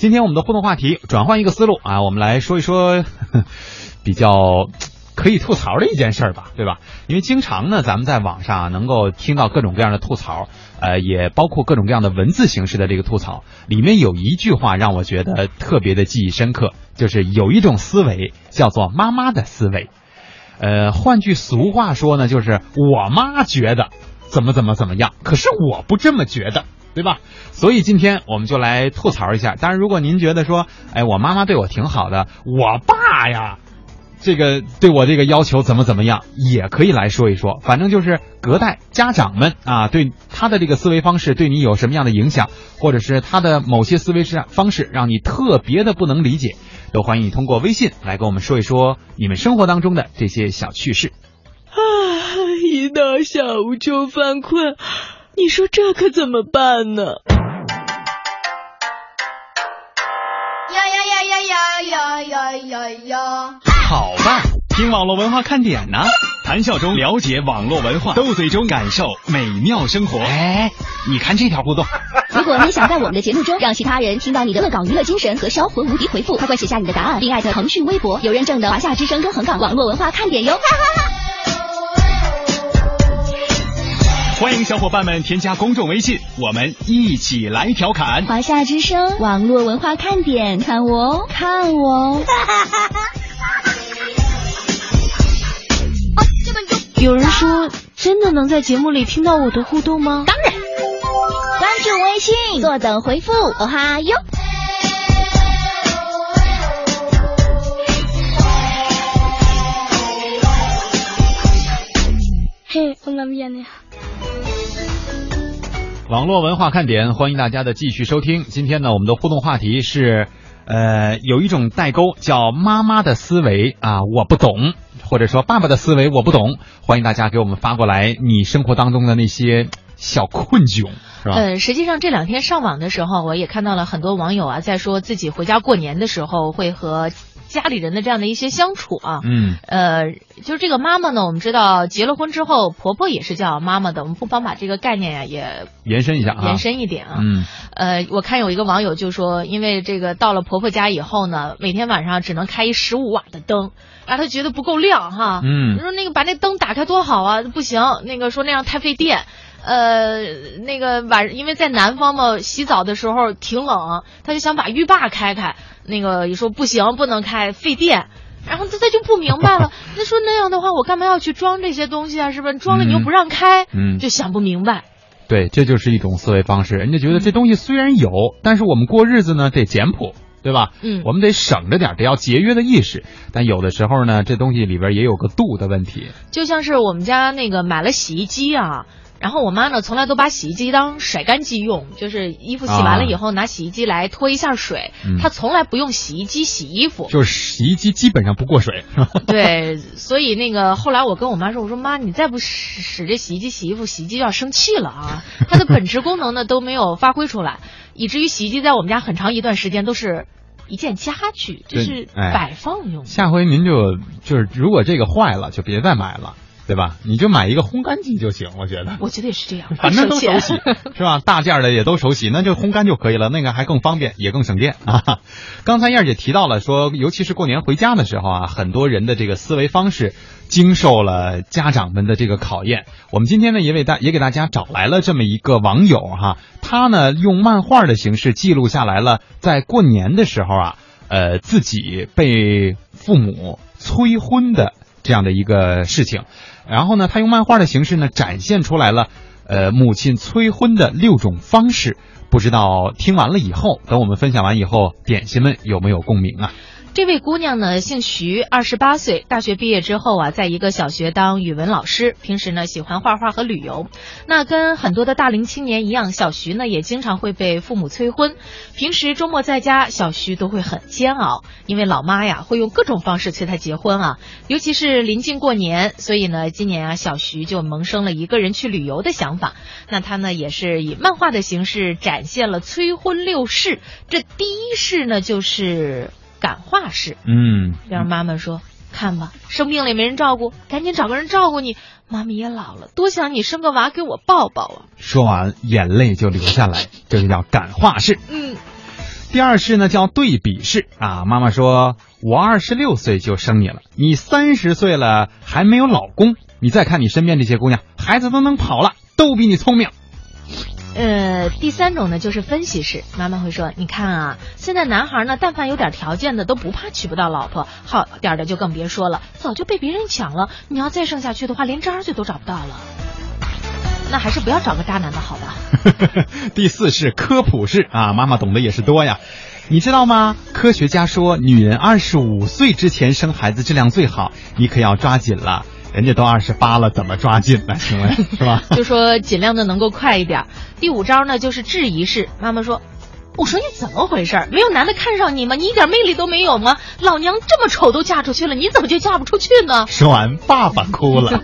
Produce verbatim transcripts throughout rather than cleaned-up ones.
今天我们的互动话题转换一个思路啊，我们来说一说呵呵比较可以吐槽的一件事儿吧，对吧？因为经常呢，咱们在网上能够听到各种各样的吐槽，呃，也包括各种各样的文字形式的这个吐槽。里面有一句话让我觉得特别的记忆深刻，就是有一种思维叫做妈妈的思维。呃，换句俗话说呢，就是我妈觉得怎么怎么怎么样，可是我不这么觉得。对吧？所以今天我们就来吐槽一下。当然，如果您觉得说，哎，我妈妈对我挺好的，我爸呀，这个对我这个要求怎么怎么样，也可以来说一说。反正就是隔代家长们啊，对他的这个思维方式对你有什么样的影响，或者是他的某些思维方式让你特别的不能理解，都欢迎你通过微信来跟我们说一说你们生活当中的这些小趣事。 啊，一到下午就犯困。你说这可怎么办呢？ 呀呀呀呀呀呀呀呀！ 好办，听网络文化看点呢，谈笑中了解网络文化，斗嘴中感受美妙生活。 哎，你看这条互动。 如果你想在我们的节目中让其他人听到你的恶搞娱乐精神和销魂无敌回复，快快写下你的答案，并艾特腾讯微博有认证的华夏之声中横岗网络文化看点哟。 欢迎小伙伴们添加公众微信，我们一起来调侃华夏之声网络文化看点，看我哦，看我哦。 有人说，真的能在节目里听到我的互动吗？ 当然，关注微信，坐等回复，哦哈哟。 嘿，我那边呢？ 网络文化看点，欢迎大家的继续收听。今天呢，我们的互动话题是，呃，有一种代沟叫妈妈的思维啊，我不懂，或者说爸爸的思维我不懂。欢迎大家给我们发过来你生活当中的那些小困窘，是吧？ 呃，实际上这两天上网的时候，我也看到了很多网友啊，在说自己回家过年的时候会和家里人的这样的一些相处啊， 嗯， 呃，就是这个妈妈呢，我们知道结了婚之后，婆婆也是叫妈妈的，我们不妨把这个概念呀也延伸一下啊， 延伸一点啊， 嗯， 呃，我看有一个网友就说，因为这个到了婆婆家以后呢，每天晚上只能开一十五瓦的灯，然后她觉得不够亮哈， 嗯， 说那个把那灯打开多好啊，不行，那个说那样太费电。呃，那个晚，因为在南方嘛，洗澡的时候挺冷，他就想把浴霸开开，那个也说不行，不能开，费电。然后他他就不明白了，那说那样的话，我干嘛要去装这些东西啊？是不是装了你又不让开？ 嗯， 就想不明白。 对，这就是一种思维方式。人家觉得这东西虽然有，但是我们过日子呢得简朴，对吧？ 嗯， 我们得省着点，得要节约的意识。但有的时候呢，这东西里边也有个度的问题。就像是我们家那个买了洗衣机啊。然后我妈呢，从来都把洗衣机当甩干机用，就是衣服洗完了以后、啊、拿洗衣机来拖一下水，嗯、她从来不用洗衣机洗衣服， 就是洗衣机基本上不过水。 对，所以那个后来我跟我妈说，我说妈，你再不使使这洗衣机洗衣服，洗衣机就要生气了啊！它的本质功能呢都没有发挥出来，以至于洗衣机在我们家很长一段时间都是一件家具，就是摆放用、哎。 下回您就就是如果这个坏了，就别再买了。对吧？你就买一个烘干机就行，我觉得。 我觉得也是这样， 反正都手洗，是吧？大件的也都手洗，那就烘干就可以了，那个还更方便，也更省电啊。刚才燕姐提到了说，尤其是过年回家的时候啊，很多人的这个思维方式经受了家长们的这个考验。我们今天呢，也为大也给大家找来了这么一个网友哈，他呢用漫画的形式记录下来了，在过年的时候啊，呃，自己被父母催婚的这样的一个事情。然后呢，他用漫画的形式呢展现出来了，呃，母亲催婚的六种方式。不知道听完了以后，等我们分享完以后，点心们有没有共鸣啊？ 这位姑娘呢，姓徐，二十八岁，大学毕业之后啊，在一个小学当语文老师，平时呢喜欢画画和旅游。那跟很多的大龄青年一样，小徐呢也经常会被父母催婚。平时周末在家，小徐都会很煎熬，因为老妈呀会用各种方式催她结婚啊。尤其是临近过年，所以呢，今年啊，小徐就萌生了一个人去旅游的想法。那他呢也是以漫画的形式展现了催婚六式。这第一式呢就是感化式， 嗯， 让妈妈说，看吧，生病了也没人照顾，赶紧找个人照顾你。妈咪也老了，多想你生个娃给我抱抱啊！ 说完，眼泪就流下来，这就叫感化式。 嗯。 第二式呢叫对比式啊，妈妈说我二十六岁就生你了，你三十岁了还没有老公，你再看你身边这些姑娘，孩子都能跑了，都比你聪明。 呃，第三种呢就是分析式，妈妈会说，你看啊，现在男孩呢，但凡有点条件的都不怕娶不到老婆，好点的就更别说了，早就被别人抢了，你要再生下去的话，连渣儿都找不到了。那还是不要找个渣男的好吧。 第四是科普式啊，妈妈懂得也是多呀。你知道吗？科学家说，女人二十五岁之前生孩子质量最好，你可要抓紧了。人家都二十八了，怎么抓紧呢？请问是吧？ 就说尽量的能够快一点。第五招呢，就是质疑式。妈妈说：“我说你怎么回事？没有男的看上你吗？你一点魅力都没有吗？老娘这么丑都嫁出去了，你怎么就嫁不出去呢？” 说完，爸爸哭了。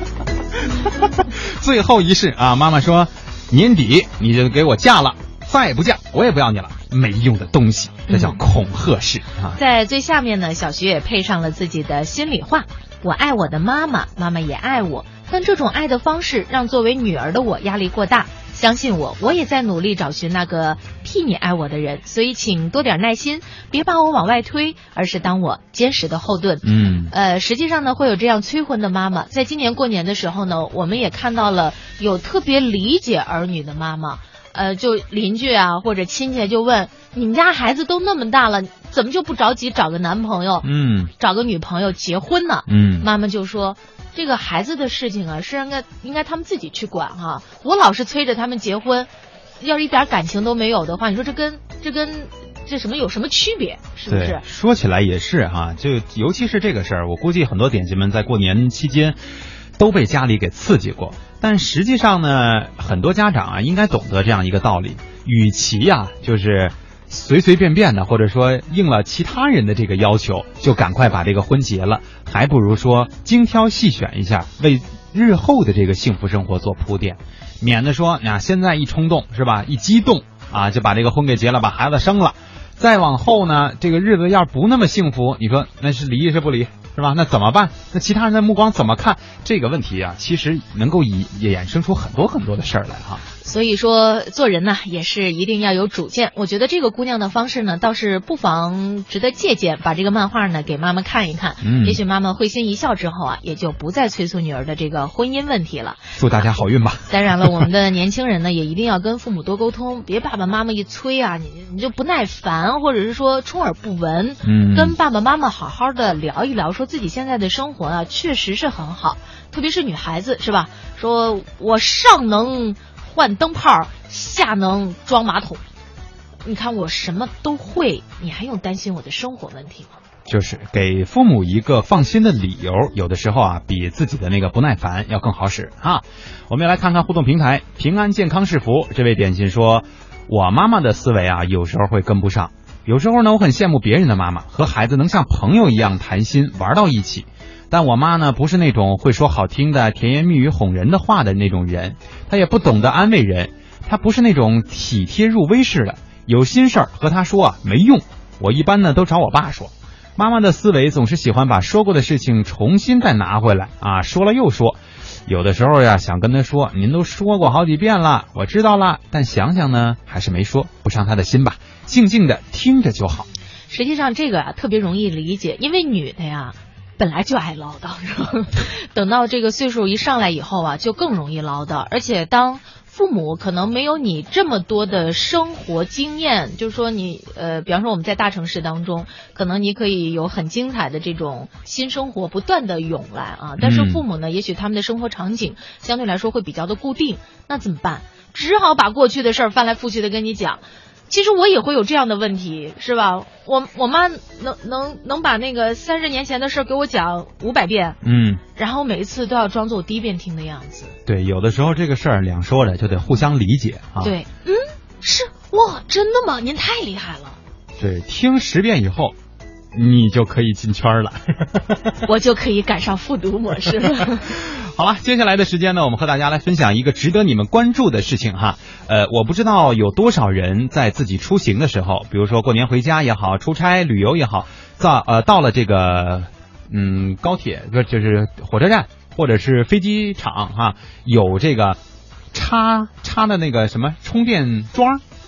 最后一式啊，妈妈说：“年底你就给我嫁了，再不嫁我也不要你了，没用的东西。”这叫恐吓式啊。 在最下面呢，小徐也配上了自己的心里话。我爱我的妈妈，妈妈也爱我，但这种爱的方式让作为女儿的我压力过大。相信我，我也在努力找寻那个替你爱我的人，所以请多点耐心，别把我往外推，而是当我坚实的后盾。 嗯， 呃，实际上呢，会有这样催婚的妈妈，在今年过年的时候呢，我们也看到了有特别理解儿女的妈妈。呃，就邻居啊或者亲戚就问，你们家孩子都那么大了，怎么就不着急找个男朋友， 嗯， 找个女朋友结婚呢？ 嗯， 妈妈就说，这个孩子的事情啊，是应该应该他们自己去管哈、啊。我老是催着他们结婚，要是一点感情都没有的话，你说这跟这跟这什么有什么区别？是不是？ 对，说起来也是哈、啊，就尤其是这个事儿，我估计很多点心们在过年期间都被家里给刺激过。但实际上呢，很多家长啊应该懂得这样一个道理，与其啊就是随随便便的，或者说应了其他人的这个要求，就赶快把这个婚结了，还不如说精挑细选一下，为日后的这个幸福生活做铺垫，免得说啊现在一冲动是吧，一激动啊就把这个婚给结了，把孩子生了，再往后呢这个日子要不那么幸福，你说那是离是不离？是吧？那怎么办？那其他人的目光怎么看这个问题啊？其实能够以衍生出很多很多的事儿来哈。 所以说做人呢也是一定要有主见。我觉得这个姑娘的方式呢倒是不妨值得借鉴，把这个漫画呢给妈妈看一看， 嗯， 也许妈妈会心一笑之后啊，也就不再催促女儿的这个婚姻问题了。 祝大家好运吧。 当然了，我们的年轻人呢也一定要跟父母多沟通，别爸爸妈妈一催啊，你你就不耐烦，或者是说充耳不闻。 嗯， 跟爸爸妈妈好好的聊一聊，说自己现在的生活啊确实是很好，特别是女孩子是吧？说我上能换灯泡，下能装马桶，你看我什么都会，你还用担心我的生活问题吗？ 就是给父母一个放心的理由，有的时候啊比自己的那个不耐烦要更好使啊。我们要来看看互动平台，平安健康是福这位点心说，我妈妈的思维啊有时候会跟不上，有时候呢我很羡慕别人的妈妈和孩子能像朋友一样谈心玩到一起，但我妈呢不是那种会说好听的甜言蜜语哄人的话的那种人，她也不懂得安慰人，她不是那种体贴入微式的，有心事儿和她说啊没用，我一般呢都找我爸说。妈妈的思维总是喜欢把说过的事情重新再拿回来啊，说了又说，有的时候呀想跟她说，您都说过好几遍了，我知道了，但想想呢还是没说，不伤她的心吧，静静的听着就好。 实际上这个啊特别容易理解，因为女的呀本来就爱唠叨，是吧？等到这个岁数一上来以后啊，就更容易唠叨。而且当父母可能没有你这么多的生活经验，就是说你呃，比方说我们在大城市当中，可能你可以有很精彩的这种新生活不断的涌来啊。但是父母呢，也许他们的生活场景相对来说会比较的固定，那怎么办？只好把过去的事儿翻来覆去的跟你讲。其实我也会有这样的问题，是吧？我我妈能能能把那个三十年前的事给我讲五百遍， 嗯， 然后每一次都要装作我第一遍听的样子。 对，有的时候这个事儿两说着就得互相理解啊。 对，嗯，是哇，真的吗？您太厉害了。 对，听十遍以后，你就可以进圈了， 我就可以赶上复读模式了。 好了，接下来的时间呢，我们和大家来分享一个值得你们关注的事情哈。呃，我不知道有多少人在自己出行的时候，比如说过年回家也好，出差旅游也好，到呃到了这个嗯高铁不就是火车站或者是飞机场哈，有这个插插的那个什么充电桩。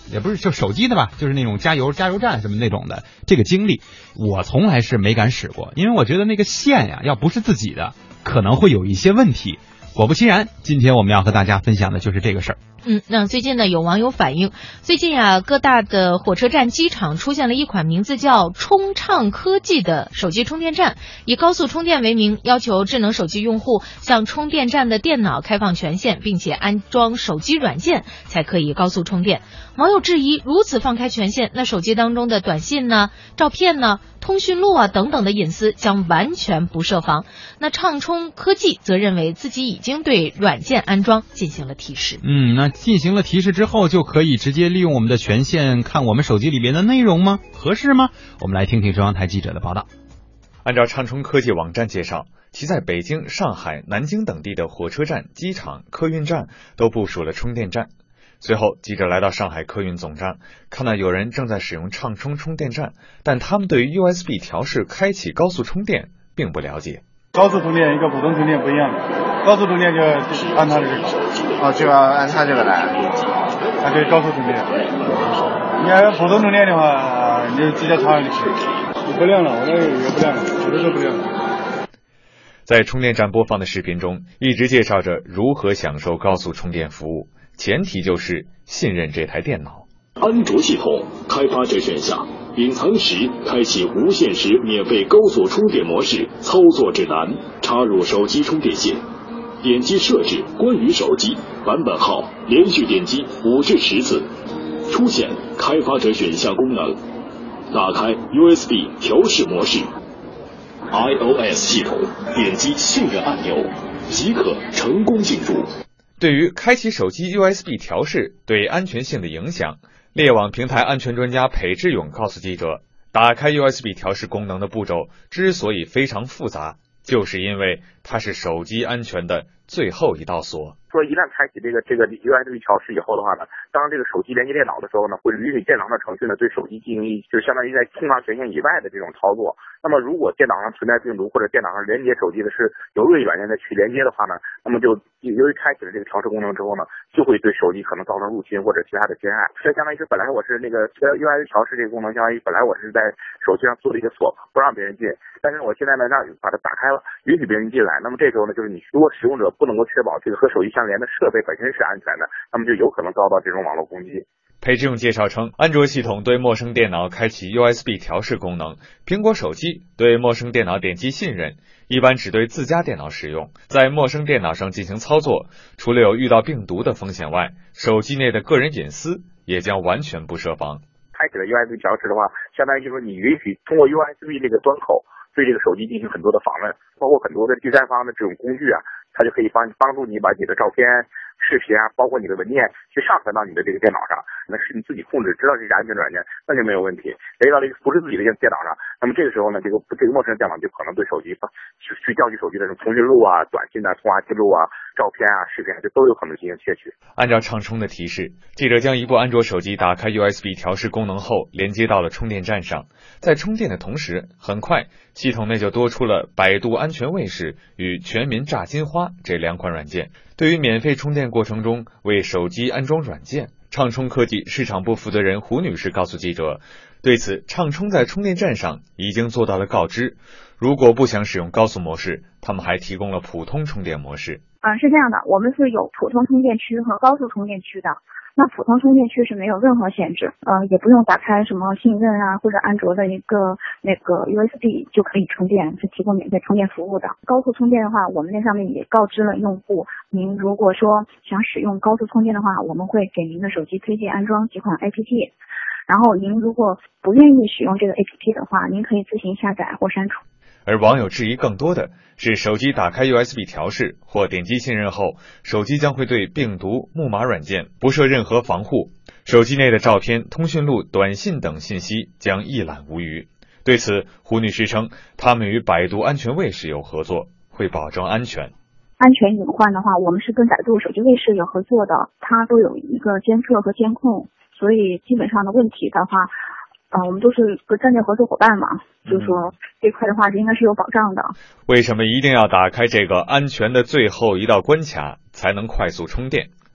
也不是就手机的吧，就是那种加油加油站什么那种的这个经历，我从来是没敢使过，因为我觉得那个线呀，要不是自己的，可能会有一些问题。果不其然，今天我们要和大家分享的就是这个事儿。 嗯，那最近呢，有网友反映，最近啊，各大的火车站、机场出现了一款名字叫充畅科技的手机充电站，以高速充电为名，要求智能手机用户向充电站的电脑开放权限，并且安装手机软件才可以高速充电。网友质疑，如此放开权限，那手机当中的短信呢、照片呢、通讯录啊等等的隐私将完全不设防。那畅充科技则认为自己已经对软件安装进行了提示。 嗯，那进行了提示之后，就可以直接利用我们的权限看我们手机里边的内容吗？合适吗？我们来听听中央台记者的报道。 按照畅充科技网站介绍，其在北京、上海、南京等地的火车站、机场、客运站都部署了充电站。随后，记者来到上海客运总站，看到有人正在使用畅充充电站，但他们对于 U S B 调试开启高速充电并不了解。 高速充电一个普通充电不一样的，高速充电就按它的这个， 哦，就要按它这个来， 啊，对，高速充电。你要普通充电的话，你就直接插上就可以。不亮了，我那个也不亮了，有的都不亮了。 在充电站播放的视频中，一直介绍着如何享受高速充电服务，前提就是信任这台电脑。 安卓系统开发者选项，隐藏时开启无限时免费高速充电模式，操作指南，插入手机充电线，点击设置关于手机版本号，连续点击五至十次，出现开发者选项功能，打开 U S B 调试模式。iOS 系统点击信任按钮，即可成功进入。 对于开启手机 U S B 调试对安全性的影响，猎网平台安全专家裴志勇告诉记者，打开 U S B 调试功能的步骤之所以非常复杂，就是因为它是手机安全的最后一道锁。 说一旦开启这个这个 U S B 调试以后的话呢，当这个手机连接电脑的时候呢，会允许电脑的程序呢对手机进行一就相当于在空放权限以外的这种操作。那么如果电脑上存在病毒或者电脑上连接手机的是由锐软件的去连接的话呢，那么就由于开启了这个调试功能之后呢，就会对手机可能造成入侵或者其他的侵害。这相当于是本来我是那个 U S B 调试这个功能，相当于本来我是在手机上做了一个锁，不让别人进，但是我现在呢让把它打开了，允许别人进来。那么这时候呢，就是你如果使用者不能够确保这个和手机相连的设备本身是安全的，那么就有可能遭到这种网络攻击。 裴志勇介绍称，安卓系统对陌生电脑开启 U S B 调试功能，苹果手机对陌生电脑点击信任，一般只对自家电脑使用，在陌生电脑上进行操作，除了有遇到病毒的风险外，手机内的个人隐私也将完全不设防。 开启了 U S B 调试的话，相当于就是你允许通过 U S B 这个端口对这个手机进行很多的访问，包括很多的第三方的这种工具啊，它就可以帮帮助你把你的照片、视频啊，包括你的文件去上传到你的这个电脑上，那是你自己控制，知道这是安全软件，那就没有问题。连接到这个不是自己的电脑上，那么这个时候呢，这个这个陌生人电脑就可能对手机去去调取手机的这种通讯录啊、短信啊、通话记录啊、照片啊、视频啊，就都有可能进行窃取。 按照畅充的提示，记者将一部安卓手机打开 U S B 调试功能后，连接到了充电站上。在充电的同时，很快系统内就多出了百度安全卫士与全民炸金花这两款软件。对于免费充电过程中为手机安装软件，畅充科技市场部负责人胡女士告诉记者，对此畅充在充电站上已经做到了告知，如果不想使用高速模式，他们还提供了普通充电模式。 嗯、呃，是这样的，我们是有普通充电区和高速充电区的。那普通充电区是没有任何限制，呃，也不用打开什么信任啊或者安卓的一个那个 U S B 就可以充电，是提供免费充电服务的。高速充电的话，我们那上面也告知了用户，您如果说想使用高速充电的话，我们会给您的手机推荐安装几款 A P P， 然后您如果不愿意使用这个 A P P 的话，您可以自行下载或删除。 而网友质疑更多的是，手机打开 U S B 调试或点击信任后，手机将会对病毒、木马软件不设任何防护，手机内的照片、通讯录、短信等信息将一览无余。对此，胡女士称，他们与百度安全卫士有合作，会保证安全。 安全隐患的话，我们是跟百度手机卫士有合作的，它都有一个监测和监控，所以基本上的问题的话，呃，我们都是个战略合作伙伴嘛，嗯、就是说这块的话应该是有保障的。 为什么一定要打开这个安全的最后一道关卡才能快速充电？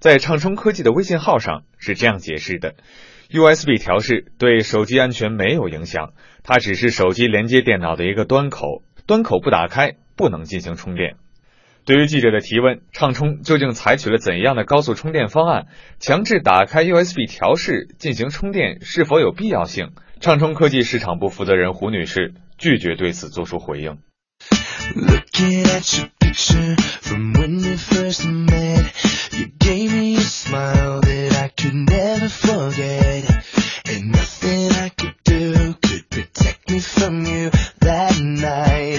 在畅冲科技的微信号上是这样解释的。U S B 调试对手机安全没有影响，它只是手机连接电脑的一个端口，端口不打开不能进行充电。对于记者的提问，畅冲究竟采取了怎样的高速充电方案，强制打开 U S B 调试进行充电是否有必要性，畅冲科技市场部负责人胡女士拒绝对此做出回应。 Looking at your picture from when we first met, you gave me a smile that I could never forget, and nothing I could do could protect me from you that night.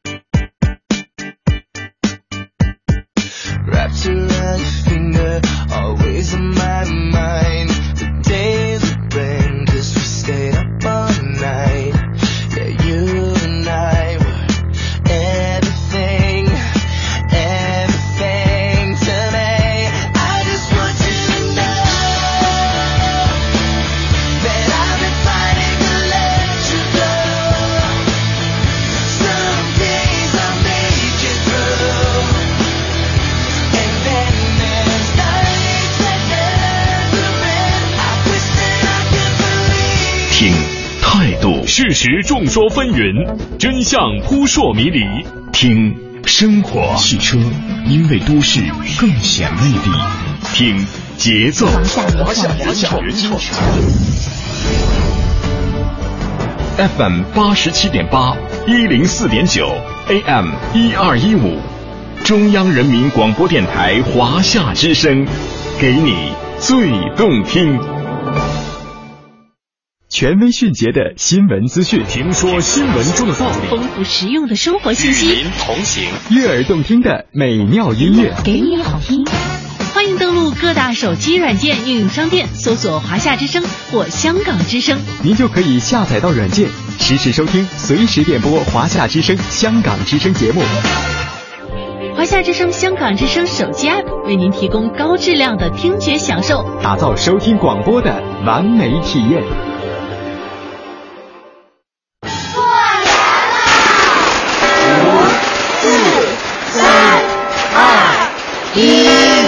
Wrapped around your finger, always on my mind. The days would bring, 'cause we stayed up all night. Yeah, you and I were everything, everything to me. I just want you to know that I've been fighting to let you go. Some days I'll make it through, and then there's nights that never end. I wish that I could believe. 听态度，事实众说纷纭，真相扑朔迷离。听生活，汽车因为都市更显魅力。听节奏，华夏原创 F M 八十七点八，一零四点九 A M 一二一五，中央人民广播电台华夏之声，给你最动听。权威迅捷的新闻资讯，听说新闻中的道理， 丰富实用的生活信息， 与您同行，悦耳动听的美妙音乐， 给你好听。欢迎登录各大手机软件应用商店，搜索华夏之声或香港之声， 您就可以下载到软件，实时收听，随时点播华夏之声、香港之声节目。 华夏之声、香港之声手机 App 为您提供高质量的听觉享受， 打造收听广播的完美体验。 爷爷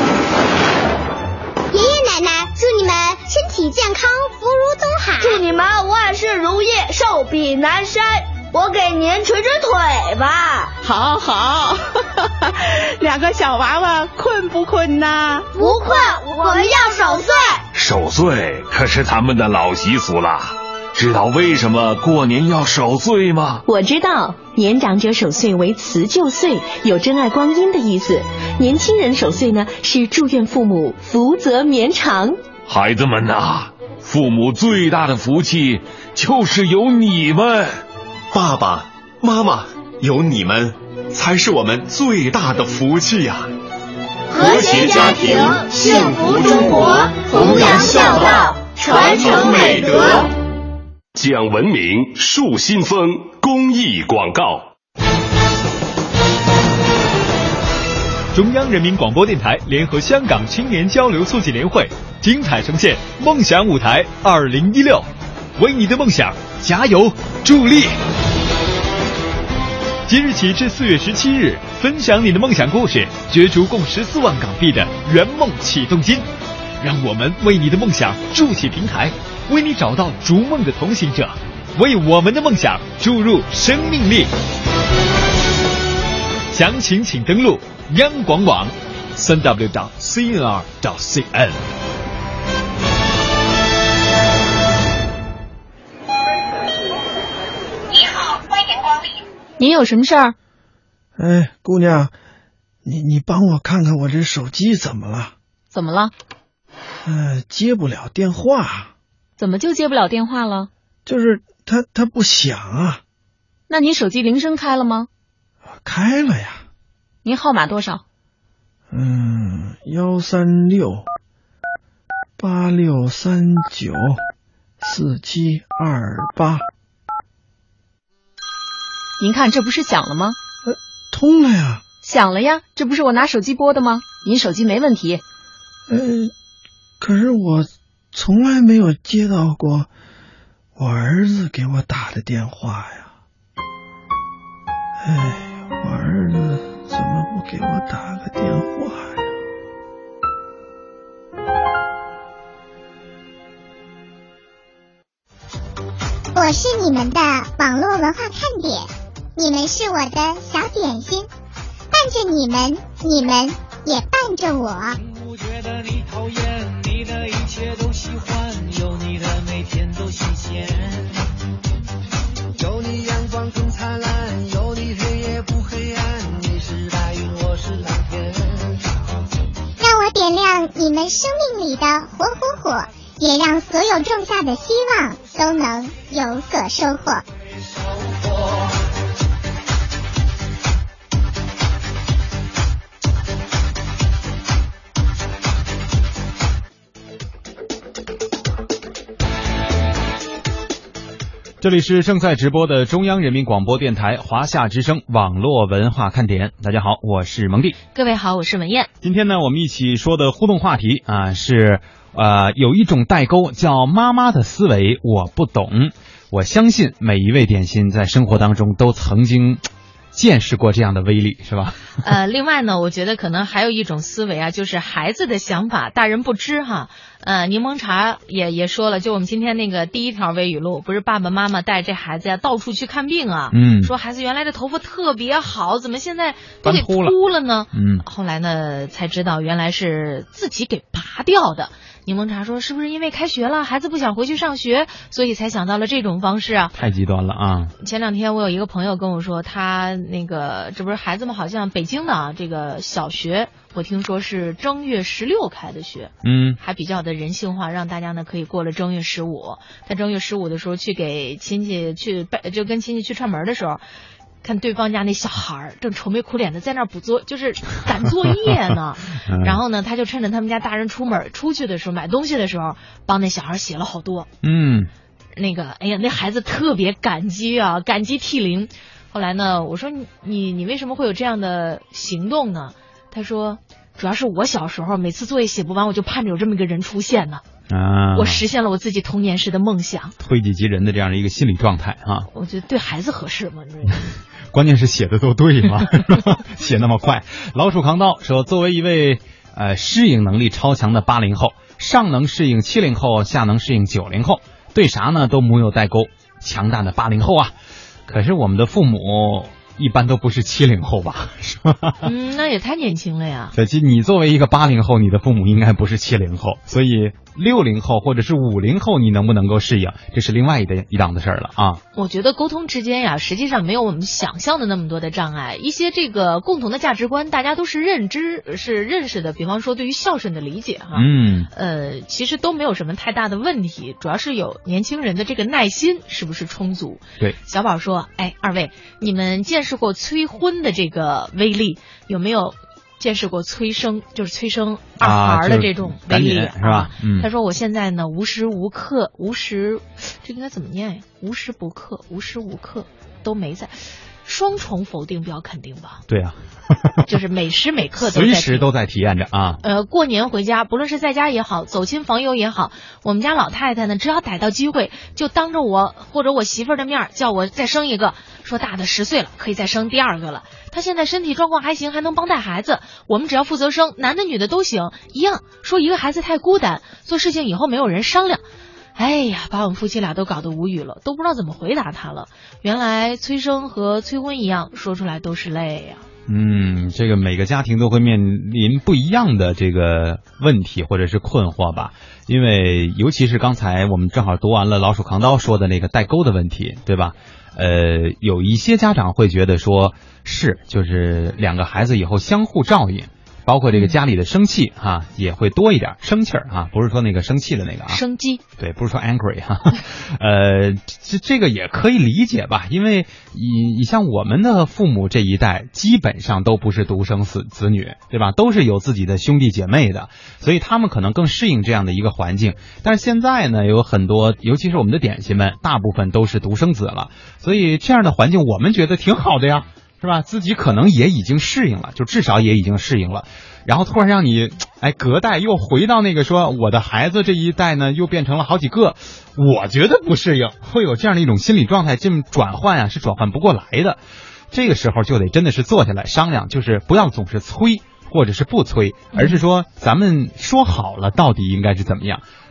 奶奶，祝你们身体健康，福如东海。 祝你们万事如意，寿比南山。我给您捶捶腿吧。 好好，两个小娃娃困不困呐？ 不困，我们要守岁。 守岁可是咱们的老习俗了。知道为什么过年要守岁吗？ 我知道，年长者守岁为辞旧岁，有珍爱光阴的意思。年轻人守岁呢，是祝愿父母福泽绵长。 孩子们呐，父母最大的福气就是有你们。 爸爸妈妈，有你们才是我们最大的福气呀！ 和谐家庭，幸福中国，弘扬孝道，传承美德。 讲文明，树新风，公益广告。 中央人民广播电台联合香港青年交流促进联会精彩呈现梦想舞台二零一六，为你的梦想加油助力。即日起至四月十七日，分享你的梦想故事，角逐共十四万港币的圆梦启动金。让我们为你的梦想筑起平台，为你找到逐梦的同行者，为我们的梦想注入生命力。详情请登录央广网 三 w 点 c n r 点 c n。 你好，欢迎光临。 您有什么事儿？ 哎，姑娘，你你帮我看看我这手机怎么了？ 怎么了？ 呃，接不了电话。 怎么就接不了电话了？ 就是它它不响啊。 那您手机铃声开了吗？ 开了呀。 您号码多少？ 嗯，幺三六八六三九四七二八。 您看这不是响了吗？ 呃，通了呀。 响了呀，这不是我拿手机拨的吗？您手机没问题。 呃，可是我从来没有接到过我儿子给我打的电话呀。哎，我儿子怎么不给我打个电话呀？ 我是你们的网络文化看点，你们是我的小点心，伴着你们，你们也伴着我。 不觉得你讨厌，你的一切都喜欢，有你的每天都新鲜，有你阳光更灿烂，有你黑夜不黑暗，你是白云，我是蓝天。 让我点亮你们生命里的火火火，也让所有种下的希望都能有所收获。 这里是正在直播的中央人民广播电台华夏之声网络文化看点。大家好，我是蒙蒂。 各位好，我是文燕。 今天呢，我们一起说的互动话题啊是呃有一种代沟叫妈妈的思维我不懂。我相信每一位点心在生活当中都曾经见识过这样的威力，是吧？ 呃，另外呢，我觉得可能还有一种思维啊，就是孩子的想法，大人不知哈。呃，柠檬茶也也说了，就我们今天那个第一条微语录，不是爸爸妈妈带这孩子呀到处去看病啊， 嗯， 说孩子原来这头发特别好，怎么现在都给秃了呢？ 嗯， 后来呢才知道原来是自己给拔掉的。柠檬茶说是不是因为开学了，孩子不想回去上学，所以才想到了这种方式啊？ 太极端了啊！ 前两天我有一个朋友跟我说，他那个这不是孩子们好像北京的啊，这个小学我听说是正月十六开的学， 嗯， 还比较的人性化，让大家呢可以过了正月十五。在正月十五的时候去给亲戚去拜，就跟亲戚去串门的时候，看对方家那小孩正愁眉苦脸的在那儿补作，就是赶作业呢。 嗯、 然后呢，他就趁着他们家大人出门出去的时候买东西的时候，帮那小孩写了好多。 嗯， 那个，哎呀，那孩子特别感激啊，感激涕零。后来呢，我说你你你为什么会有这样的行动呢？他说，主要是我小时候每次作业写不完，我就盼着有这么一个人出现呢。 啊， 我实现了我自己童年时的梦想， 推己及人的这样的一个心理状态啊。 我觉得对孩子合适吗？ 关键是写的都对吗？写那么快。老鼠扛刀说，作为一位呃适应能力超强的八零后，上能适应七零后，下能适应九零后，对啥呢都没有代沟，强大的八零后啊。可是我们的父母一般都不是七零后吧，是吧？ 嗯，那也太年轻了呀。 可惜你作为一个八零后，你的父母应该不是七零后，所以六零后或者是五零后，你能不能够适应，这是另外一的一档的事儿了啊。 我觉得沟通之间呀，实际上没有我们想象的那么多的障碍，一些这个共同的价值观，大家都是认知是认识的。比方说对于孝顺的理解哈， 嗯， 呃，其实都没有什么太大的问题，主要是有年轻人的这个耐心是不是充足。 对， 小宝说，哎，二位，你们见识过催婚的这个威力，有没有见识过催生，就是催生二孩的这种威力， 啊、是吧？嗯， 他说我现在呢无时无刻无时，这应该怎么念呀？无时不刻，无时无刻都没在。双重否定比较肯定吧？ 对啊， 就是每时每刻都在随时都在体验着啊。 呃，过年回家，不论是在家也好，走亲访友也好，我们家老太太呢，只要逮到机会，就当着我或者我媳妇儿的面叫我再生一个，说大的十岁了，可以再生第二个了。她现在身体状况还行，还能帮带孩子，我们只要负责生，男的女的都行，一样。说一个孩子太孤单，做事情以后没有人商量。哎呀，把我们夫妻俩都搞得无语了，都不知道怎么回答他了。原来催生和催婚一样，说出来都是泪呀。 嗯，这个每个家庭都会面临不一样的这个问题或者是困惑吧，因为尤其是刚才我们正好读完了老鼠扛刀说的那个代沟的问题，对吧？呃，有一些家长会觉得说是，就是两个孩子以后相互照应。包括这个家里的生气哈、啊、也会多一点，生气儿啊，不是说那个生气的那个啊， 生气， 对，不是说 angry 哈、啊，呃，这这个也可以理解吧，因为你你像我们的父母这一代，基本上都不是独生子子女，对吧？都是有自己的兄弟姐妹的，所以他们可能更适应这样的一个环境。但是现在呢，有很多，尤其是我们的点心们，大部分都是独生子了，所以这样的环境我们觉得挺好的呀。是吧？自己可能也已经适应了，就至少也已经适应了。然后突然让你，哎，隔代又回到那个说我的孩子这一代呢，又变成了好几个，我觉得不适应，会有这样的一种心理状态，这么转换啊，是转换不过来的。这个时候就得真的是坐下来商量，就是不要总是催或者是不催，而是说咱们说好了到底应该是怎么样。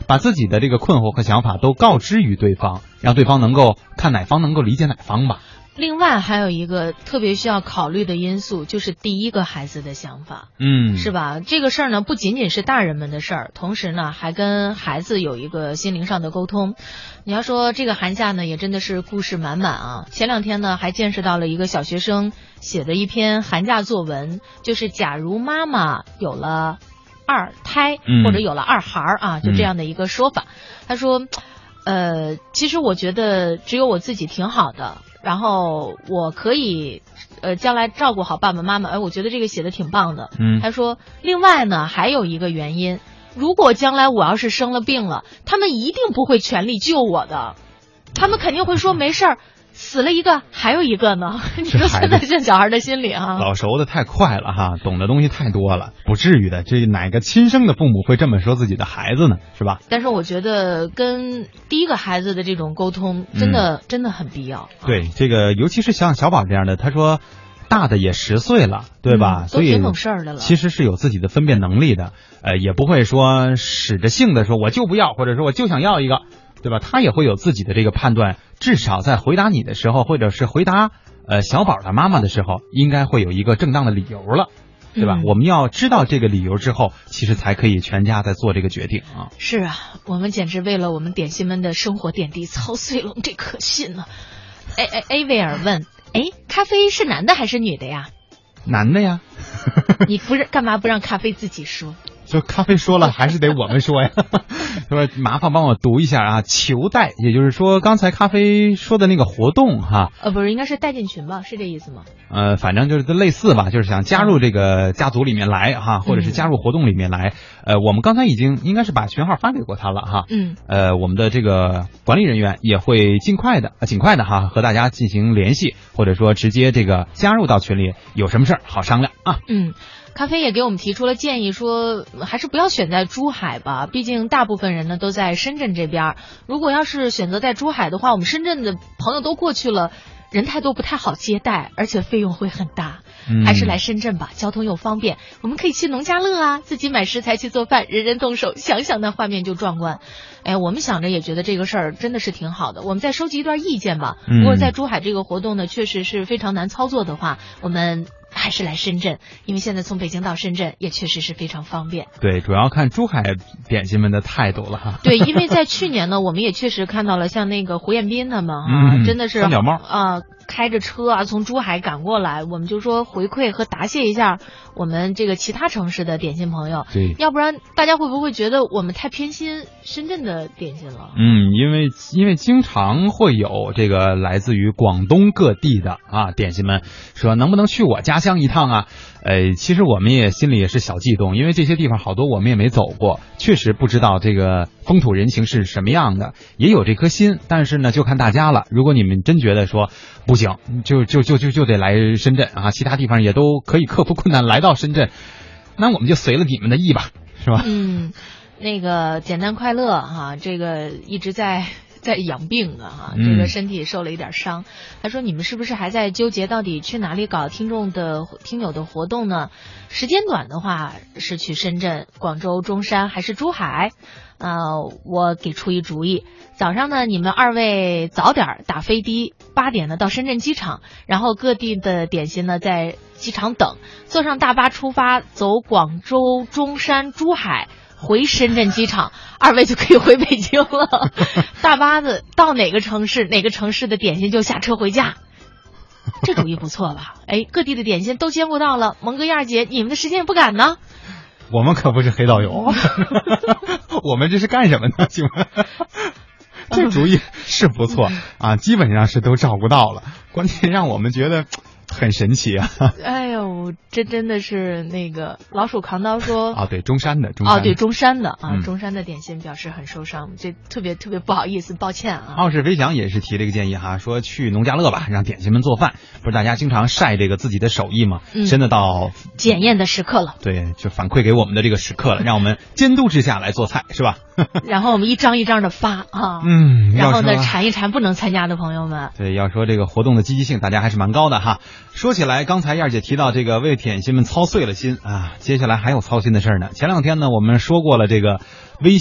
把自己的这个困惑和想法都告知于对方，让对方能够看哪方能够理解哪方吧。 另外还有一个特别需要考虑的因素，就是第一个孩子的想法， 嗯， 是吧？这个事儿呢，不仅仅是大人们的事儿，同时呢，还跟孩子有一个心灵上的沟通。你要说这个寒假呢，也真的是故事满满啊！前两天呢，还见识到了一个小学生写的一篇寒假作文，就是假如妈妈有了二胎， 嗯、 或者有了二孩儿啊，就这样的一个说法。嗯、他说，呃，其实我觉得只有我自己挺好的。然后我可以，呃，将来照顾好爸爸妈妈。哎，我觉得这个写的挺棒的。 嗯， 他说，另外呢，还有一个原因，如果将来我要是生了病了，他们一定不会全力救我的，他们肯定会说没事儿。死了一个，还有一个呢。你说现在这小孩的心理啊， 老熟的太快了哈，懂的东西太多了，不至于的。这哪个亲生的父母会这么说自己的孩子呢？是吧？ 但是我觉得跟第一个孩子的这种沟通，真的、嗯、真的很必要。 对，这个尤其是像小宝这样的，他说大的也十岁了，对吧？ 嗯、 所以挺懂事儿的了。 其实是有自己的分辨能力的，呃，也不会说使着性的说我就不要，或者说我就想要一个。对吧？他也会有自己的这个判断，至少在回答你的时候，或者是回答呃小宝的妈妈的时候，应该会有一个正当的理由了，对吧？ 嗯、 我们要知道这个理由之后，其实才可以全家在做这个决定啊。 是啊，我们简直为了我们点心们的生活点滴操碎了这颗心呢。哎哎，艾薇儿问，哎，咖啡是男的还是女的呀？ 男的呀。 你不是干嘛不让咖啡自己说？ 就咖啡说了，还是得我们说呀。说麻烦帮我读一下啊，求带，也就是说刚才咖啡说的那个活动哈。 呃，不是，应该是带进群吧？是这意思吗？ 呃，反正就是类似吧，就是想加入这个家族里面来哈，或者是加入活动里面来。呃，我们刚才已经应该是把群号发给过他了哈。 嗯。 呃，我们的这个管理人员也会尽快的、尽快的哈和大家进行联系，或者说直接这个加入到群里，有什么事儿好商量啊。 嗯。咖啡也给我们提出了建议，说还是不要选在珠海吧，毕竟大部分人呢都在深圳这边。如果要是选择在珠海的话，我们深圳的朋友都过去了，人太多不太好接待，而且费用会很大。 嗯、 还是来深圳吧，交通又方便，我们可以去农家乐啊，自己买食材去做饭，人人动手，想想那画面就壮观。哎，我们想着也觉得这个事儿真的是挺好的，我们再收集一段意见吧。如果在珠海这个活动呢，确实是非常难操作的话，我们还是来深圳，因为现在从北京到深圳也确实是非常方便。 对，主要看珠海点心们的态度了哈。 对，因为在去年呢，我们也确实看到了像那个胡彦斌他们啊， 嗯、 真的是三脚猫啊。开着车啊，从珠海赶过来，我们就说回馈和答谢一下我们这个其他城市的点心朋友。 对， 要不然大家会不会觉得我们太偏心深圳的点心了？ 嗯，因为因为经常会有这个来自于广东各地的啊点心们说能不能去我家乡一趟啊？呃，其实我们也心里也是小悸动，因为这些地方好多我们也没走过，确实不知道这个风土人情是什么样的，也有这颗心，但是呢，就看大家了。如果你们真觉得说不行，就就就就就得来深圳啊，其他地方也都可以克服困难来到深圳，那我们就随了你们的意吧，是吧？ 嗯，那个简单快乐哈、啊，这个一直在。在养病的哈，这个身体受了一点伤。嗯、他说：“你们是不是还在纠结到底去哪里搞听众的听友的活动呢？时间短的话是去深圳、广州、中山还是珠海？呃，我给出一主意，早上呢，你们二位早点打飞的，八点呢到深圳机场，然后各地的点心呢在机场等，坐上大巴出发，走广州、中山、珠海。”回深圳机场，二位就可以回北京了。大巴子到哪个城市，哪个城市的点心就下车回家。这主意不错吧？哎，各地的点心都兼顾到了。蒙哥燕姐，你们的时间也不赶呢？ 我们可不是黑导游，我们这是干什么呢？请问，这主意是不错啊，基本上是都照顾到了。关键让我们觉得。很神奇啊！ 哎呦，这真的是那个老鼠扛刀说啊，对中山的，中山哦，对中山的啊， 嗯、 中山的点心表示很受伤，这特别特别不好意思，抱歉啊。 傲视飞翔也是提了一个建议哈，说去农家乐吧，让点心们做饭，不是大家经常晒这个自己的手艺吗？ 嗯、 真的到检验的时刻了， 对，就反馈给我们的这个时刻了，让我们监督之下来做菜，是吧？ 然后我们一张一张的发啊， 嗯， 然后呢馋一馋不能参加的朋友们， 对，要说这个活动的积极性，大家还是蛮高的哈。说起来，刚才燕姐提到这个为点心们操碎了心啊，接下来还有操心的事儿呢。前两天呢，我们说过了这个微信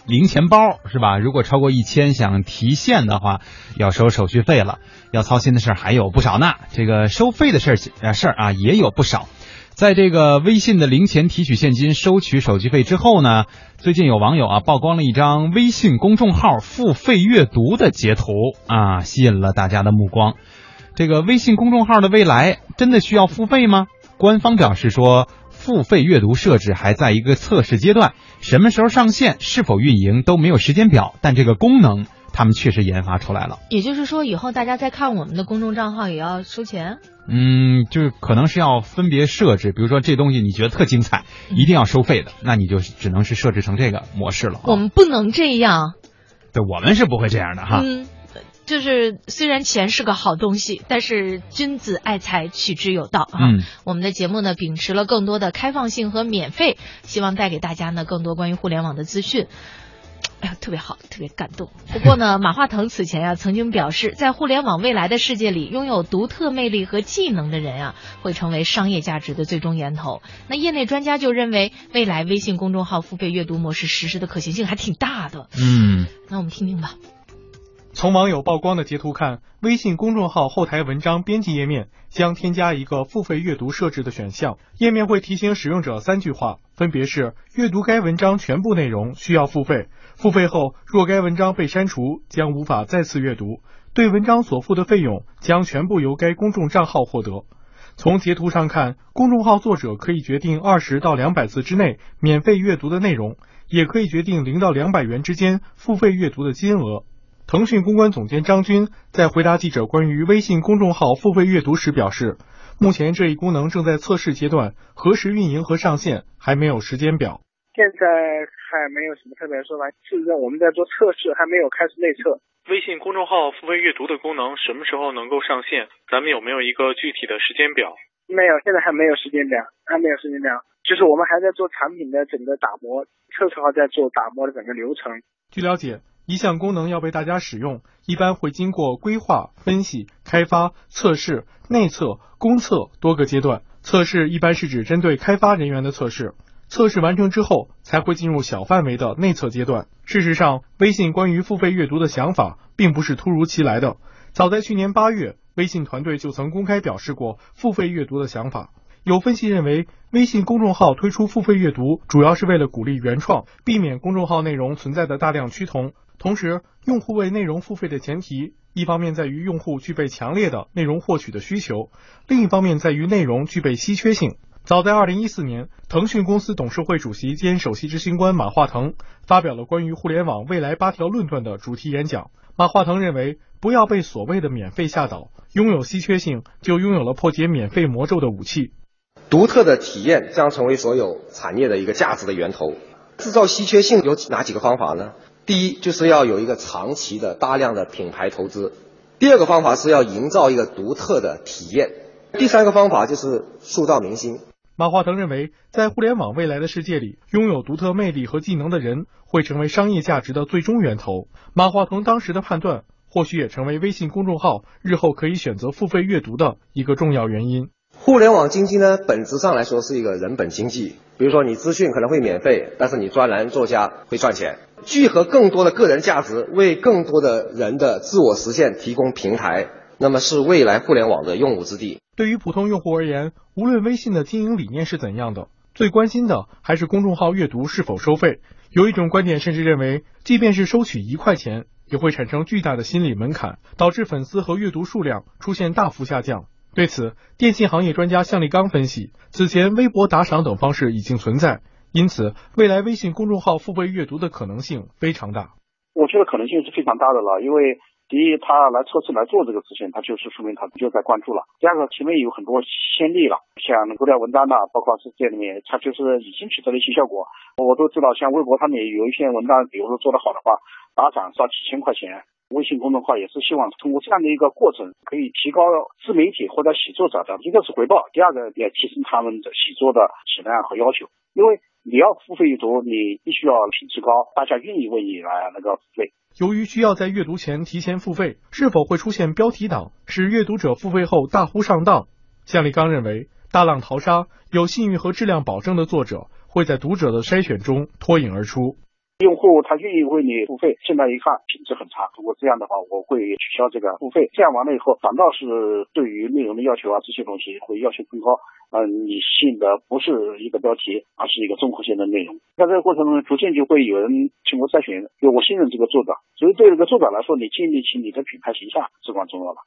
零钱包是吧？如果超过一千想提现的话，要收手续费了。要操心的事儿还有不少呢，这个收费的事儿啊事儿啊也有不少。在这个微信的零钱提取现金、收取手续费之后呢，最近有网友啊曝光了一张微信公众号付费阅读的截图啊，吸引了大家的目光。这个微信公众号的未来真的需要付费吗？官方表示说，付费阅读设置还在一个测试阶段，什么时候上线、是否运营都没有时间表，但这个功能他们确实研发出来了。 也就是说，以后大家在看我们的公众账号也要收钱？ 嗯，就是可能是要分别设置，比如说这东西你觉得特精彩，一定要收费的，那你就只能是设置成这个模式了。 我们不能这样。 对，我们是不会这样的哈。 嗯，就是虽然钱是个好东西，但是君子爱财，取之有道啊。 嗯， 我们的节目呢，秉持了更多的开放性和免费，希望带给大家呢更多关于互联网的资讯。哎呀，特别好，特别感动。不过呢，马化腾此前呀、啊、曾经表示，在互联网未来的世界里，拥有独特魅力和技能的人啊，会成为商业价值的最终源头。那业内专家就认为，未来微信公众号付费阅读模式实施的可行性还挺大的。 嗯， 那我们听听吧。 从网友曝光的截图看，微信公众号后台文章编辑页面将添加一个付费阅读设置的选项，页面会提醒使用者三句话，分别是：阅读该文章全部内容需要付费，付费后若该文章被删除将无法再次阅读，对文章所付的费用将全部由该公众账号获得。从截图上看，公众号作者可以决定二十到两百字之内免费阅读的内容，也可以决定零到两百元之间付费阅读的金额。腾讯公关总监张军在回答记者关于微信公众号付费阅读时表示，目前这一功能正在测试阶段，何时运营和上线还没有时间表。 现在还没有什么特别说法，现在我们在做测试，还没有开始内测。 微信公众号付费阅读的功能什么时候能够上线？咱们有没有一个具体的时间表？ 没有，现在还没有时间表，还没有时间表。就是我们还在做产品的整个打磨，测试号在做打磨的整个流程。 据了解，一项功能要被大家使用，一般会经过规划、分析、开发、测试、内测、公测多个阶段。测试一般是指针对开发人员的测试，测试完成之后才会进入小范围的内测阶段。事实上，微信关于付费阅读的想法并不是突如其来的，早在去年八月，微信团队就曾公开表示过付费阅读的想法。有分析认为，微信公众号推出付费阅读主要是为了鼓励原创，避免公众号内容存在的大量趋同。同时，用户为内容付费的前提，一方面在于用户具备强烈的内容获取的需求，另一方面在于内容具备稀缺性。早在二零一四年，腾讯公司董事会主席兼首席执行官马化腾发表了关于互联网未来八条论断的主题演讲。马化腾认为，不要被所谓的免费吓倒，拥有稀缺性就拥有了破解免费魔咒的武器。 独特的体验将成为所有产业的一个价值的源头。制造稀缺性有哪几个方法呢？第一，就是要有一个长期的大量的品牌投资。第二个方法是要营造一个独特的体验。第三个方法就是塑造明星。 马化腾认为，在互联网未来的世界里，拥有独特魅力和技能的人会成为商业价值的最终源头。马化腾当时的判断，或许也成为微信公众号日后可以选择付费阅读的一个重要原因。 互联网经济呢，本质上来说是一个人本经济。比如说你资讯可能会免费，但是你专栏作家会赚钱。聚合更多的个人价值，为更多的人的自我实现提供平台，那么是未来互联网的用武之地。 对于普通用户而言，无论微信的经营理念是怎样的，最关心的还是公众号阅读是否收费。有一种观点甚至认为，即便是收取一块钱，也会产生巨大的心理门槛，导致粉丝和阅读数量出现大幅下降。对此，电信行业专家向立刚分析，此前微博打赏等方式已经存在，因此未来微信公众号付费阅读的可能性非常大。 我觉得可能性是非常大的了，因为第一，他来测试来做这个事情，他就是说明他就在关注了。第二个，前面有很多先例了，像头条文章呐，包括是这里面，他就是已经取得了一些效果。我都知道，像微博他们也有一篇文章，比如说做得好的话，打赏上几千块钱。微信公众号也是希望通过这样的一个过程，可以提高自媒体或者写作者的一个是回报，第二个也提升他们的写作的质量和要求。因为你要付费阅读，你必须要品质高，大家愿意为你来那个付费。 由于需要在阅读前提前付费，是否会出现标题党，使阅读者付费后大呼上当？向立刚认为，大浪淘沙，有信誉和质量保证的作者会在读者的筛选中脱颖而出。 用户他愿意为你付费，现在一看品质很差，如果这样的话我会取消这个付费，这样完了以后反倒是对于内容的要求啊这些东西会要求更高，呃，你吸引的不是一个标题，而是一个综合性的内容。在这个过程中逐渐就会有人经过筛选，就我信任这个作者，所以对这个作者来说，你建立起你的品牌形象至关重要了。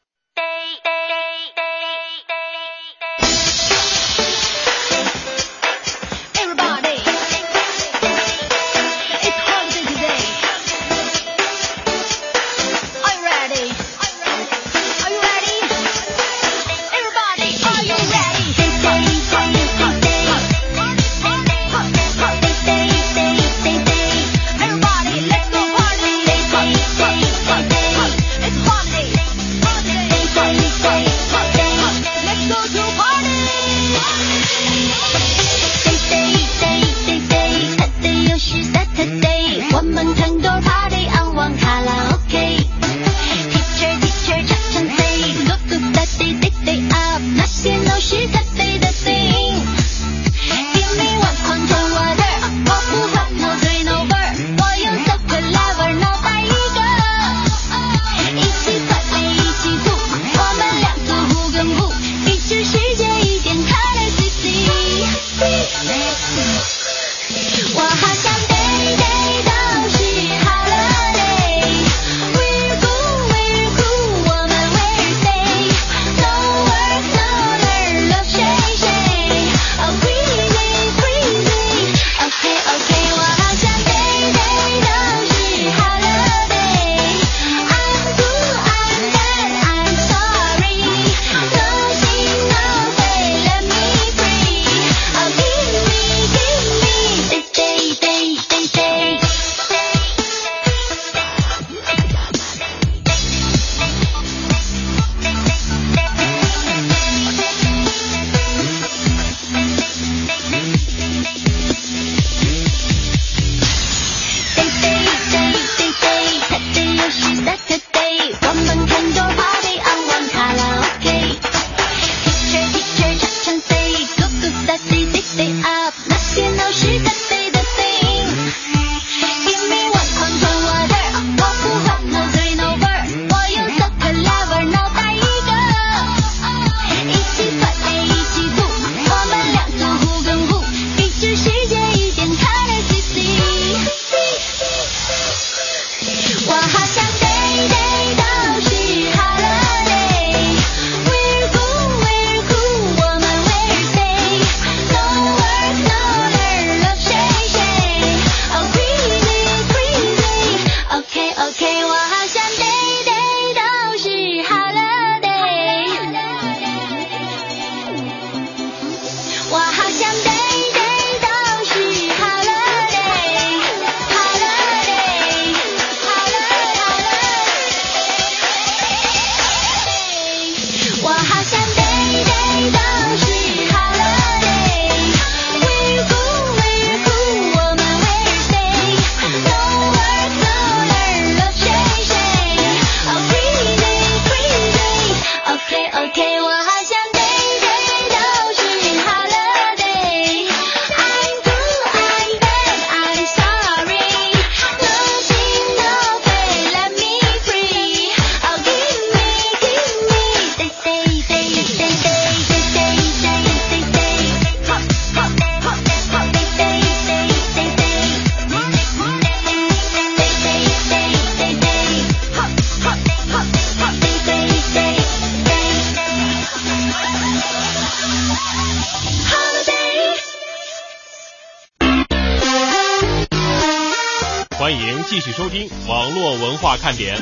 欢迎继续收听网络文化看点。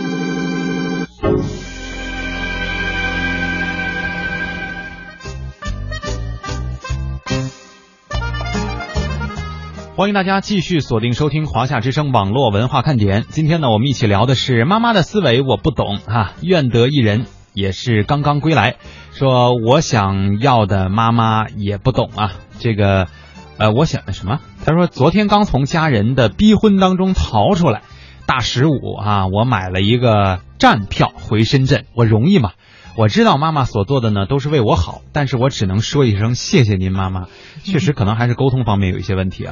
欢迎大家继续锁定收听华夏之声网络文化看点。今天呢，我们一起聊的是妈妈的思维我不懂啊，愿得一人也是刚刚归来，说我想要的妈妈也不懂啊。这个呃，我想什么？他说昨天刚从家人的逼婚当中逃出来，大十五啊，我买了一个站票回深圳，我容易吗？我知道妈妈所做的呢都是为我好，但是我只能说一声谢谢您妈妈。确实可能还是沟通方面有一些问题啊。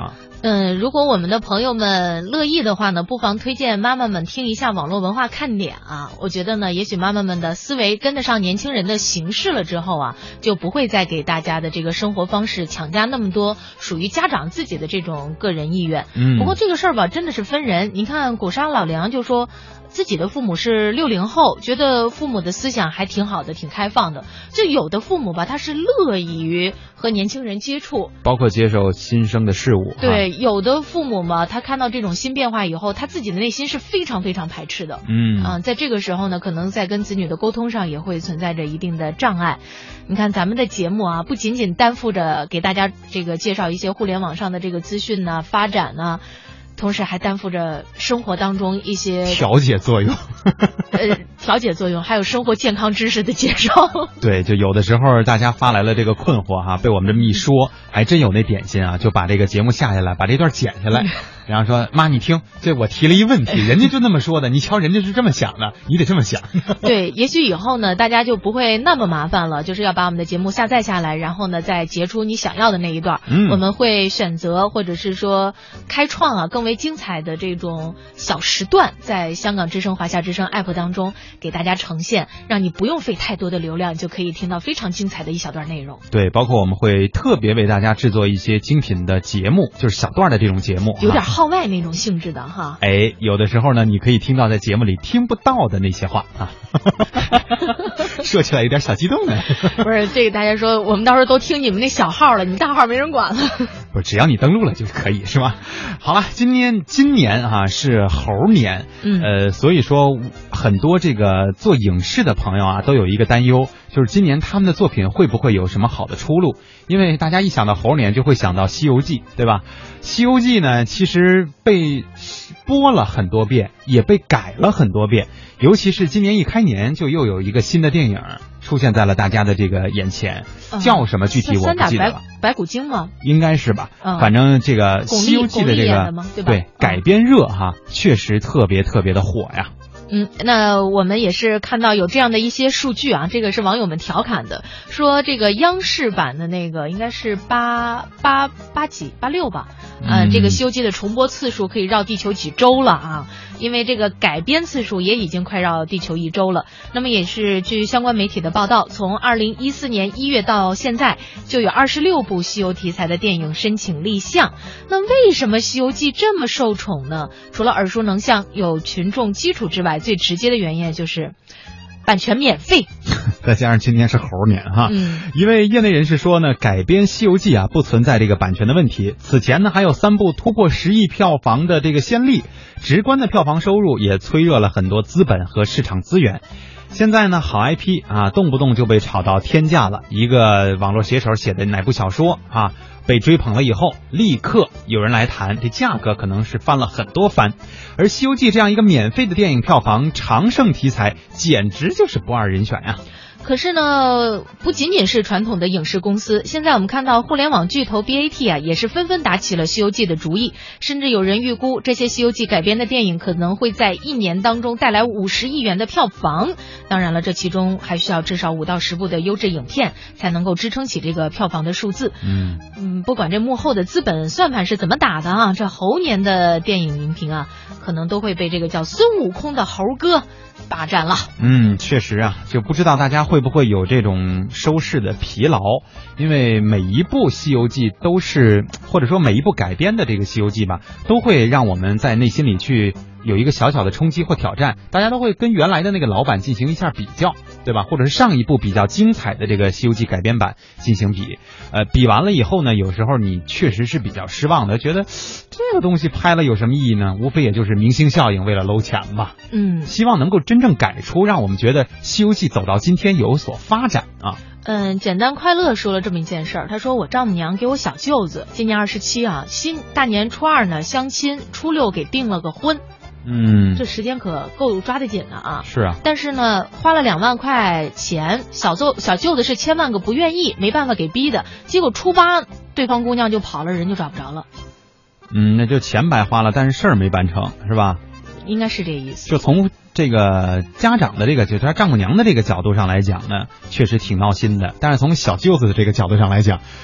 嗯，如果我们的朋友们乐意的话呢，不妨推荐妈妈们听一下网络文化看点啊。我觉得呢，也许妈妈们的思维跟得上年轻人的形势了之后啊，就不会再给大家的这个生活方式强加那么多属于家长自己的这种个人意愿。 嗯， 不过这个事儿吧，真的是分人。你看古沙老梁就说自己的父母是六零后，觉得父母的思想还挺好的，挺开放的。就有的父母吧，他是乐意于和年轻人接触， 包括接受新生的事物。 对， 啊、 有的父母嘛，他看到这种新变化以后，他自己的内心是非常非常排斥的。 嗯啊，在这个时候呢，可能在跟子女的沟通上也会存在着一定的障碍。你看咱们的节目啊，不仅仅担负着给大家这个介绍一些互联网上的这个资讯呢、发展呢。同时还担负着生活当中一些调节作用， 呃，调节作用，还有生活健康知识的介绍。 对，就有的时候大家发来了这个困惑哈，被我们这么一说，还真有那点心啊，就把这个节目下下来，把这段剪下来，然后说妈你听，这我提了一问题，人家就那么说的，你瞧人家是这么想的，你得这么想。 对，也许以后呢，大家就不会那么麻烦了，就是要把我们的节目下载下来，然后呢再截出你想要的那一段， 嗯， 我们会选择或者是说开创啊更为精彩的这种小时段，在香港之声、华夏之声 app 当中给大家呈现，让你不用费太多的流量就可以听到非常精彩的一小段内容。 对，包括我们会特别为大家制作一些精品的节目，就是小段的这种节目， 有点号外那种性质的哈。 哎，有的时候呢，你可以听到在节目里听不到的那些话啊。说起来有点小激动呢。 不是，这个大家说我们到时候都听你们那小号了，你大号没人管了。 不是，只要你登录了就可以，是吧？好了，今年今年啊是猴年， 嗯， 呃，所以说很多这个做影视的朋友啊都有一个担忧，就是今年他们的作品会不会有什么好的出路？因为大家一想到猴年就会想到《西游记》，对吧？《西游记》呢其实被播了很多遍，也被改了很多遍，尤其是今年一开年就又有一个新的电影出现在了大家的这个眼前，嗯、叫什么具体我不记得了。 白骨精吗？ 应该是吧。 嗯、 反正这个《西游记》的这个对, 对改编热哈，确实特别特别的火呀。 嗯，那我们也是看到有这样的一些数据啊，这个是网友们调侃的，说这个央视版的那个应该是八八八几八六吧，嗯，这个《西游记》的重播次数可以绕地球几周了啊，因为这个改编次数也已经快绕地球一周了。那么也是据相关媒体的报道，从二零一四年一月到现在，就有二十六部西游题材的电影申请立项。那为什么《西游记》这么受宠呢？除了耳熟能详有群众基础之外，最直接的原因就是版权免费。 再加上今年是猴年哈， 嗯， 一位业内人士说呢，改编《西游记》啊不存在这个版权的问题。此前呢还有三部突破十亿票房的这个先例，直观的票房收入也催热了很多资本和市场资源。现在呢好 I P 啊动不动就被炒到天价了，一个网络写手写的哪部小说啊被追捧了以后，立刻有人来谈，这价格可能是翻了很多番。而《西游记》这样一个免费的电影票房常胜题材，简直就是不二人选呀。 可是呢，不仅仅是传统的影视公司，现在我们看到互联网巨头 B A T 啊，也是纷纷打起了《西游记》的主意，甚至有人预估这些《西游记》改编的电影可能会在一年当中带来五十亿元的票房。当然了，这其中还需要至少五到十部的优质影片才能够支撑起这个票房的数字。 嗯嗯，不管这幕后的资本算盘是怎么打的啊，这猴年的电影荧屏啊，可能都会被这个叫孙悟空的猴哥霸占了。 嗯，确实啊，就不知道大家会不会有这种收视的疲劳，因为每一部《西游记》都是，或者说每一部改编的这个《西游记》吧，都会让我们在内心里去有一个小小的冲击或挑战，大家都会跟原来的那个老版进行一下比较，对吧？或者是上一部比较精彩的这个《西游记》改编版进行比，呃，比完了以后呢，有时候你确实是比较失望的，觉得这个东西拍了有什么意义呢？无非也就是明星效应，为了搂钱吧。 嗯， 希望能够真正改出让我们觉得《西游记》走到今天有所发展啊。 嗯，简单快乐说了这么一件事儿，他说我丈母娘给我小舅子今年二十七啊，新大年初二呢相亲，初六给订了个婚。 嗯， 这时间可够抓得紧的啊！ 是啊， 但是呢，花了两万块钱，小舅小舅子是千万个不愿意，没办法给逼的。结果初八，对方姑娘就跑了，人就找不着了。 嗯，那就钱白花了，但是事儿没办成，是吧？ 应该是这意思。 就从这个家长的这个，就是他丈母娘的这个角度上来讲呢，确实挺闹心的。但是从小舅子的这个角度上来讲，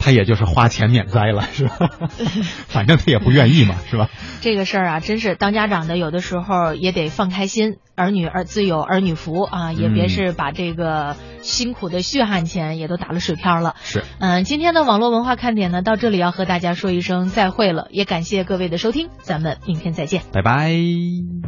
他也就是花钱免灾了，是吧？反正他也不愿意嘛，是吧？ 这个事儿啊，真是当家长的有的时候也得放开心，儿女儿自有儿女福啊，也别是把这个辛苦的血汗钱也都打了水漂了。 是， 嗯，今天的网络文化看点呢，到这里要和大家说一声再会了，也感谢各位的收听，咱们明天再见， 拜拜。